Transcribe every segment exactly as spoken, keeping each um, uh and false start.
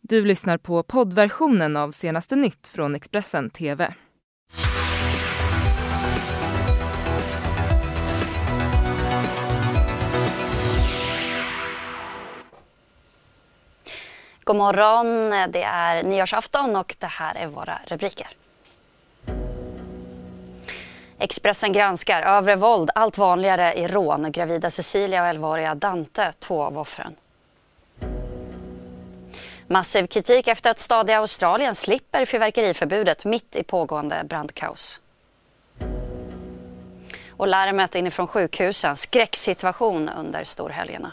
Du lyssnar på poddversionen av Senaste nytt från Expressen T V. God morgon, det är nyårsafton och det här är våra rubriker. Expressen granskar övre våld allt vanligare i rån. Gravida Cecilia och elvaåriga Dante, två av offren. Massiv kritik efter att stad i Australien slipper fyrverkeriförbudet mitt i pågående brandkaos. Och larmet inifrån sjukhusen, skräcksituation under storhelgerna.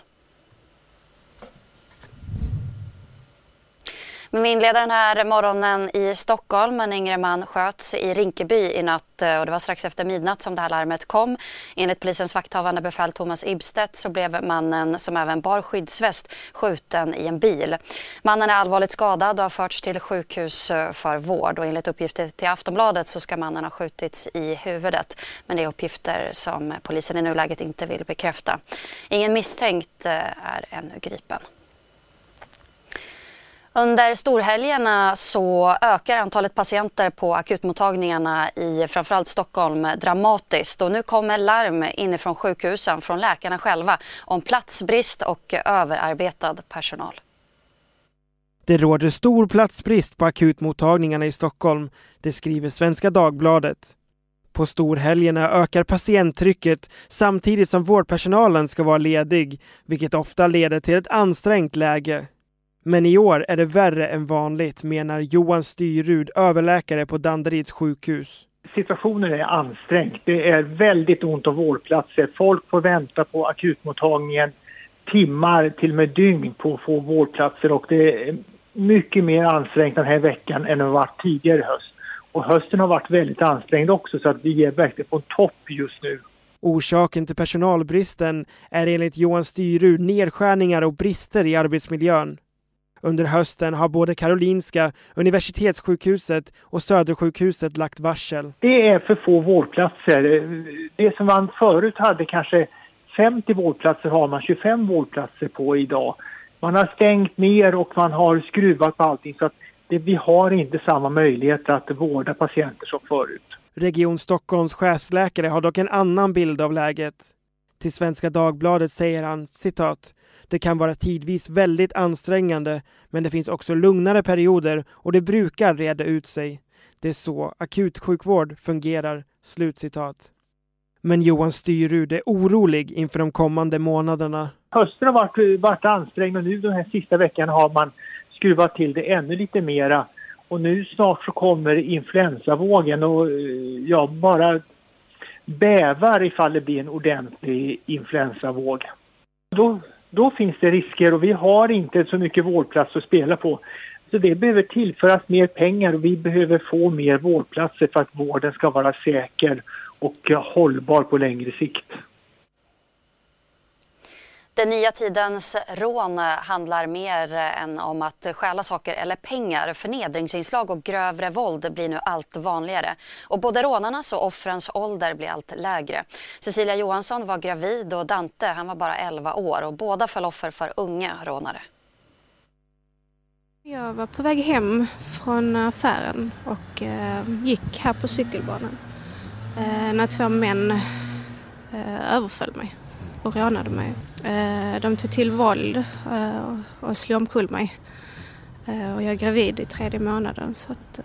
Men vi inleder den här morgonen i Stockholm. En yngre man sköts i Rinkeby i natt och det var strax efter midnatt som det här larmet kom. Enligt polisens vakthavande befäl Thomas Ibstedt så blev mannen, som även bar skyddsväst, skjuten i en bil. Mannen är allvarligt skadad och har förts till sjukhus för vård. Och enligt uppgifter till Aftonbladet så ska mannen ha skjutits i huvudet. Men det är uppgifter som polisen i nuläget inte vill bekräfta. Ingen misstänkt är ännu gripen. Under storhelgerna så ökar antalet patienter på akutmottagningarna i framförallt Stockholm dramatiskt. Och nu kommer larm inifrån sjukhusen från läkarna själva om platsbrist och överarbetad personal. Det råder stor platsbrist på akutmottagningarna i Stockholm, det skriver Svenska Dagbladet. På storhelgerna ökar patienttrycket samtidigt som vårdpersonalen ska vara ledig, vilket ofta leder till ett ansträngt läge. Men i år är det värre än vanligt, menar Johan Styrud, överläkare på Danderyds sjukhus. Situationen är ansträngd. Det är väldigt ont om vårdplatser. Folk får vänta på akutmottagningen timmar till och med dygn på att få vårdplatser. Och det är mycket mer ansträngt den här veckan än det har varit tidigare höst. Och hösten har varit väldigt ansträngd också, så att vi är verkligen på en topp just nu. Orsaken till personalbristen är enligt Johan Styrud nedskärningar och brister i arbetsmiljön. Under hösten har både Karolinska, Universitetssjukhuset och Södersjukhuset lagt varsel. Det är för få vårdplatser. Det som man förut hade kanske femtio vårdplatser har man tjugofem vårdplatser på idag. Man har stängt ner och man har skruvat på allting, så att det, vi har inte samma möjlighet att vårda patienter som förut. Region Stockholms chefsläkare har dock en annan bild av läget. Till Svenska Dagbladet säger han, citat: "Det kan vara tidvis väldigt ansträngande, men det finns också lugnare perioder och det brukar reda ut sig. Det är så akutsjukvård fungerar." Slutcitat. Men Johan Styrud är orolig inför de kommande månaderna. Hösten har varit, varit ansträngd och nu den här sista veckan har man skruvat till det ännu lite mera. Och nu snart så kommer influensavågen och jag bara bävar ifall det blir en ordentlig influensavåg. Då Då finns det risker och vi har inte så mycket vårdplatser att spela på. Så det behöver tillföras mer pengar och vi behöver få mer vårdplatser för att vården ska vara säker och hållbar på längre sikt. Den nya tidens rån handlar mer än om att stjäla saker eller pengar. Förnedringsinslag och grövre våld blir nu allt vanligare. Och både rånarnas och offrens ålder blir allt lägre. Cecilia Johansson var gravid och Dante, han var bara elva år. Och båda föll offer för unga rånare. Jag var på väg hem från affären och eh, gick här på cykelbanan. Eh, när två män eh, överföll mig och rånade mig. De tog till våld och slog omkull mig. Och jag är gravid i tredje månaden. Så att,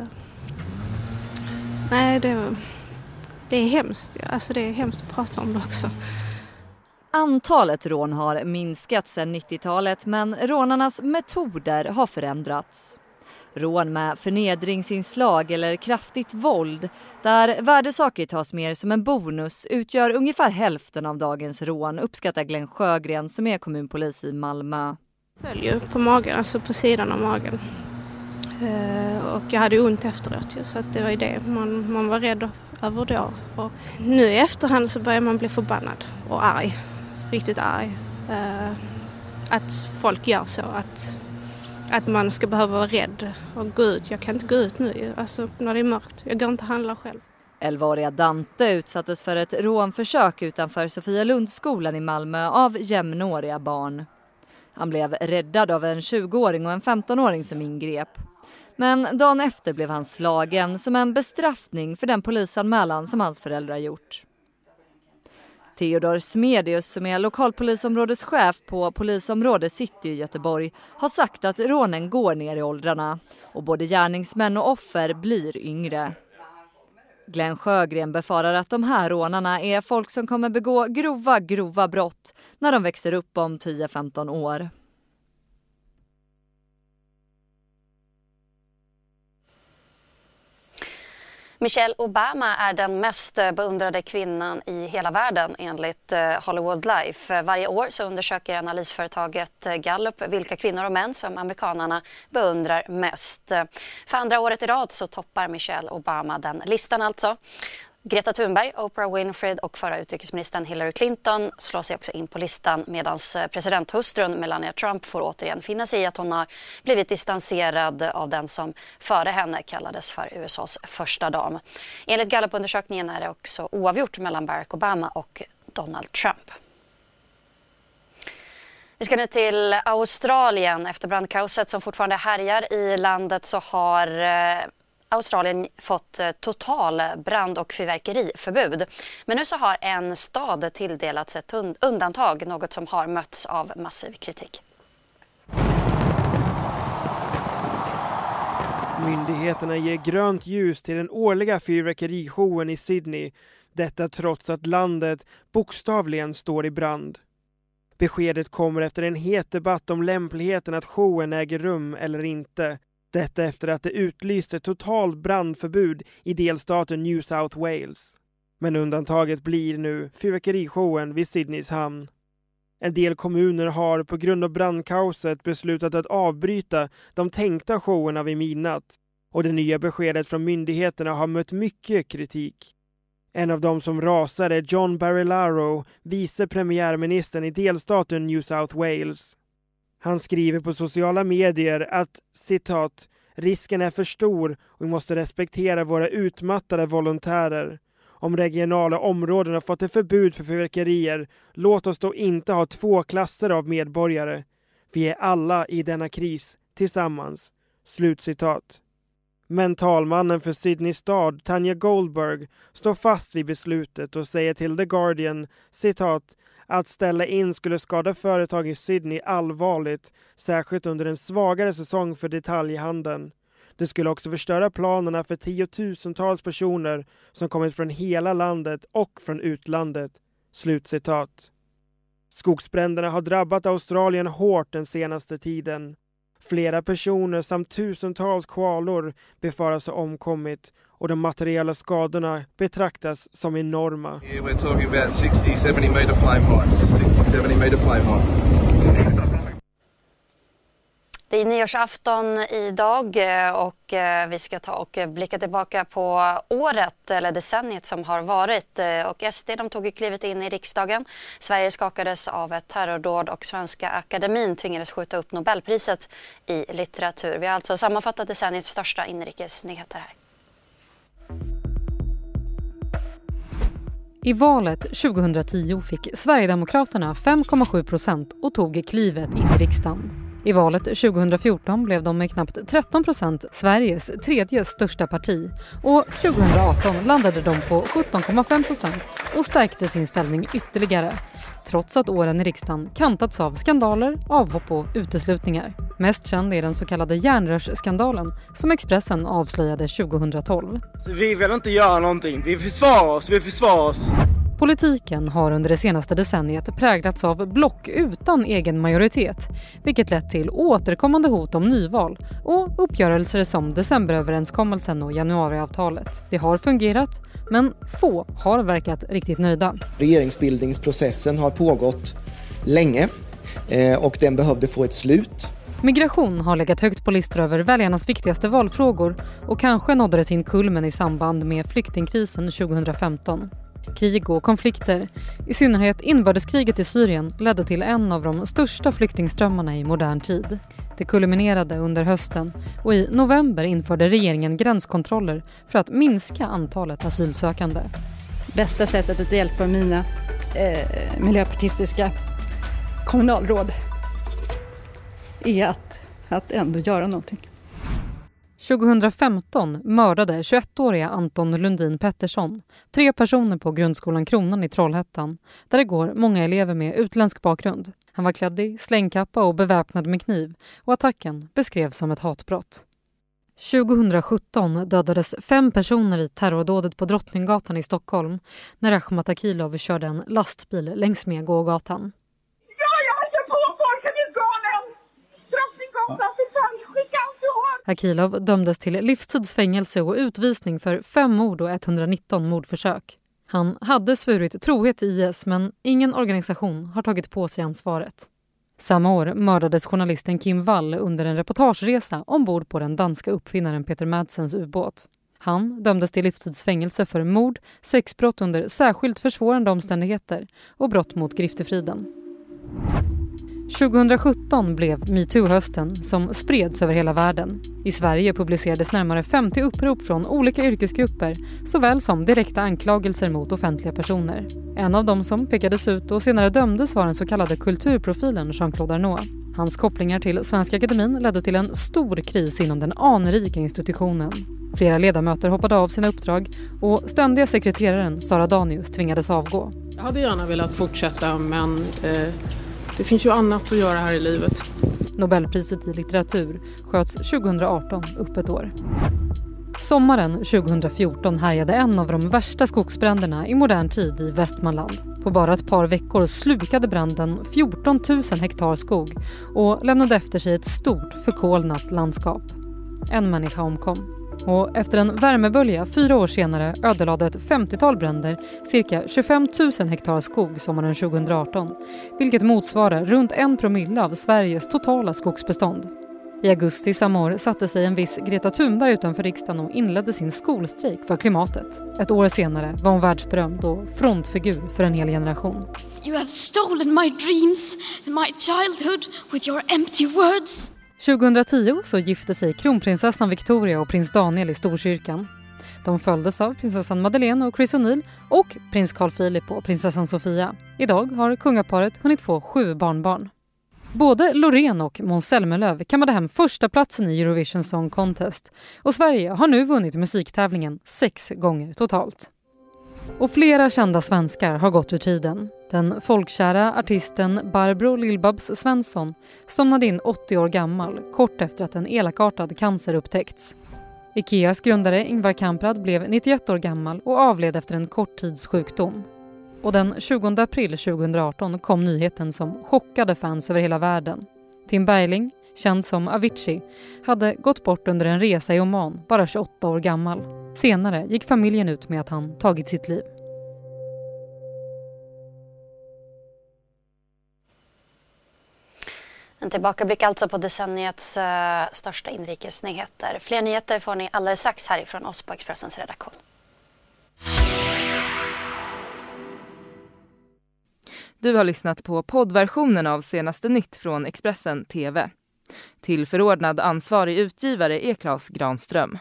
nej, det, det är hemskt. Alltså det är hemskt att prata om det också. Antalet rån har minskat sedan nittiotalet, men rånarnas metoder har förändrats. Rån med förnedringsinslag eller kraftigt våld, där värdesaker tas mer som en bonus, utgör ungefär hälften av dagens rån, uppskattar Glenn Sjögren som är kommunpolis i Malmö. Jag följer på magen, alltså på sidan av magen. Och jag hade ont efteråt, så att det var det man, man var rädd över då. Och nu i efterhand så börjar man bli förbannad och arg, riktigt arg. Att folk gör så, att... Att man ska behöva vara rädd och gå ut. Jag kan inte gå ut nu, alltså när det är mörkt. Jag går inte att handla själv. elvaåriga Dante utsattes för ett rånförsök utanför Sofia Lundsskolan i Malmö av jämnåriga barn. Han blev räddad av en tjugoåring och en femtonåring som ingrep. Men dagen efter blev han slagen som en bestraffning för den polisanmälan som hans föräldrar gjort. Theodor Smedius, som är lokalpolisområdeschef på polisområde City i Göteborg, har sagt att rånen går ner i åldrarna och både gärningsmän och offer blir yngre. Glenn Sjögren befarar att de här rånarna är folk som kommer begå grova, grova brott när de växer upp om tio till femton år. Michelle Obama är den mest beundrade kvinnan i hela världen enligt Hollywood Life. Varje år så undersöker analysföretaget Gallup vilka kvinnor och män som amerikanerna beundrar mest. För andra året i rad så toppar Michelle Obama den listan alltså. Greta Thunberg, Oprah Winfrey och förra utrikesministern Hillary Clinton slår sig också in på listan medan presidenthustrun Melania Trump får återigen finna sig i att hon har blivit distanserad av den som före henne kallades för U S A:s första dam. Enligt Gallup-undersökningen är det också oavgjort mellan Barack Obama och Donald Trump. Vi ska nu till Australien. Efter brandkaoset som fortfarande härjar i landet så har Australien fått total brand- och fyrverkeriförbud. Men nu så har en stad tilldelats ett undantag, något som har mötts av massiv kritik. Myndigheterna ger grönt ljus till den årliga fyrverkerishowen i Sydney. Detta trots att landet bokstavligen står i brand. Beskedet kommer efter en het debatt om lämpligheten att showen äger rum eller inte. Detta efter att det utlyste total brandförbud i delstaten New South Wales. Men undantaget blir nu fyrverkerishowen vid Sydneys hamn. En del kommuner har på grund av brandkaoset beslutat att avbryta de tänkta showerna vid midnatt. Och det nya beskedet från myndigheterna har mött mycket kritik. En av dem som rasar är John Barilaro, vice premiärministern i delstaten New South Wales. Han skriver på sociala medier att, citat, risken är för stor och vi måste respektera våra utmattade volontärer. Om regionala områden har fått ett förbud för fyrverkerier, låt oss då inte ha två klasser av medborgare. Vi är alla i denna kris tillsammans. Slutcitat. Men talmannen för Sydney stad, Tanya Goldberg, står fast vid beslutet och säger till The Guardian, citat, att ställa in skulle skada företag i Sydney allvarligt, särskilt under en svagare säsong för detaljhandeln. Det skulle också förstöra planerna för tiotusentals personer som kommit från hela landet och från utlandet. Slutcitat. Skogsbränderna har drabbat Australien hårt den senaste tiden. Flera personer samt tusentals koalor befaras ha omkommit och de materiella skadorna betraktas som enorma. Yeah, we're talking about sixty to seventy meter flame heights. sixty to seventy meter flame height. Det är nyårsafton idag och vi ska ta och blicka tillbaka på året eller decenniet som har varit. Och S D de tog klivet in i riksdagen. Sverige skakades av ett terrordåd och Svenska Akademin tvingades skjuta upp Nobelpriset i litteratur. Vi har alltså sammanfattat decenniets största inrikesnyheter här. I valet tjugohundratio fick Sverigedemokraterna fem komma sju procent och tog klivet in i riksdagen. I valet tjugohundrafjorton blev de med knappt tretton procent Sveriges tredje största parti och tjugohundraarton landade de på sjutton komma fem procent och stärkte sin ställning ytterligare. Trots att åren i riksdagen kantats av skandaler, avhopp och uteslutningar. Mest känd är den så kallade järnrörsskandalen som Expressen avslöjade tjugohundratolv. Vi vill inte göra någonting, vi försvarar oss, vi försvarar oss. Politiken har under det senaste decenniet präglats av block utan egen majoritet, vilket lett till återkommande hot om nyval och uppgörelser som decemberöverenskommelsen och januariavtalet. Det har fungerat, men få har verkat riktigt nöjda. Regeringsbildningsprocessen har pågått länge och den behövde få ett slut. Migration har legat högt på listor över väljarnas viktigaste valfrågor och kanske nådde det sin kulmen i samband med flyktingkrisen tjugohundrafemton. Krig och konflikter, i synnerhet inbördeskriget i Syrien, ledde till en av de största flyktingströmmarna i modern tid. Det kulminerade under hösten och i november införde regeringen gränskontroller för att minska antalet asylsökande. Bästa sättet att hjälpa mina eh, miljöpartistiska kommunalråd är att, att ändå göra någonting. tjugohundrafemton mördade tjugoettåriga Anton Lundin Pettersson tre personer på grundskolan Kronan i Trollhättan, där det går många elever med utländsk bakgrund. Han var klädd i slängkappa och beväpnad med kniv, och attacken beskrevs som ett hatbrott. tjugohundrasjutton dödades fem personer i terrordådet på Drottninggatan i Stockholm när Rakhmat Akilov körde en lastbil längs med gågatan. Ja, jag har kört på folket i galen! Drottninggatan till Frankrike! Akilov dömdes till livstidsfängelse och utvisning för fem mord och etthundranitton mordförsök. Han hade svurit trohet till I S, men ingen organisation har tagit på sig ansvaret. Samma år mördades journalisten Kim Wall under en reportageresa ombord på den danska uppfinnaren Peter Madsens ubåt. Han dömdes till livstidsfängelse för mord, sexbrott under särskilt försvårande omständigheter och brott mot griftefriden. tjugohundrasjutton blev MeToo-hösten som spreds över hela världen. I Sverige publicerades närmare femtio upprop från olika yrkesgrupper såväl som direkta anklagelser mot offentliga personer. En av dem som pekades ut och senare dömdes var den så kallade kulturprofilen Jean-Claude Arnault. Hans kopplingar till Svenska Akademin ledde till en stor kris inom den anrika institutionen. Flera ledamöter hoppade av sina uppdrag och ständiga sekreteraren Sara Danius tvingades avgå. Jag hade gärna velat fortsätta, men eh, det finns ju annat att göra här i livet. Nobelpriset i litteratur sköts tjugohundraarton upp ett år. Sommaren tjugohundrafjorton härjade en av de värsta skogsbränderna i modern tid i Västmanland. På bara ett par veckor slukade branden fjorton tusen hektar skog och lämnade efter sig ett stort förkolnat landskap. En människa omkom. Och efter en värmebölja fyra år senare ödelade ett femtiotal bränder cirka tjugofem tusen hektar skog sommaren tjugohundraarton, vilket motsvarar runt en promille av Sveriges totala skogsbestånd. I augusti samma år satte sig en viss Greta Thunberg utanför riksdagen och inledde sin skolstrejk för klimatet. Ett år senare var hon världsberömd och frontfigur för en hel generation. You have stolen my dreams and my childhood with your empty words. tjugohundratio så gifte sig kronprinsessan Victoria och prins Daniel i Storkyrkan. De följdes av prinsessan Madeleine och Chris O'Neill och prins Carl Philip och prinsessan Sofia. Idag har kungaparet hunnit få sju barnbarn. Både Loreen och Måns Zelmerlöw kammade hem första platsen i Eurovision Song Contest och Sverige har nu vunnit musiktävlingen sex gånger totalt. Och flera kända svenskar har gått ur tiden. Den folkkära artisten Barbro Lill-Babs Svensson somnade in åttio år gammal kort efter att en elakartad cancer upptäckts. Ikeas grundare Ingvar Kamprad blev nittioett år gammal och avled efter en kort tids sjukdom. Och den tjugonde april tjugohundraarton kom nyheten som chockade fans över hela världen. Tim Bergling, känd som Avicii, hade gått bort under en resa i Oman, bara tjugoåtta år gammal. Senare gick familjen ut med att han tagit sitt liv. En tillbakablick alltså på decenniets uh, största inrikesnyheter. Fler nyheter får ni alldeles strax härifrån oss på Expressens redaktion. Du har lyssnat på poddversionen av Senaste nytt från Expressen T V. Till förordnad ansvarig utgivare är Claes Granström.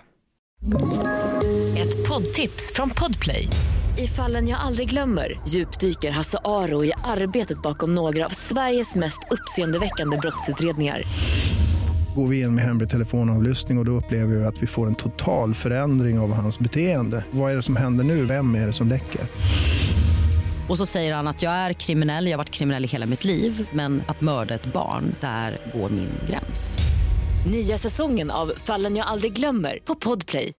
Ett poddtips från Podplay. I Fallen jag aldrig glömmer djupdyker Hasse Aro i arbetet bakom några av Sveriges mest uppseendeväckande brottsutredningar. Går vi in med hemlig telefonavlyssning och då upplever vi att vi får en total förändring av hans beteende. Vad är det som händer nu? Vem är det som läcker? Och så säger han att jag är kriminell, jag har varit kriminell i hela mitt liv. Men att mörda ett barn, där går min gräns. Nya säsongen av Fallen jag aldrig glömmer på Podplay.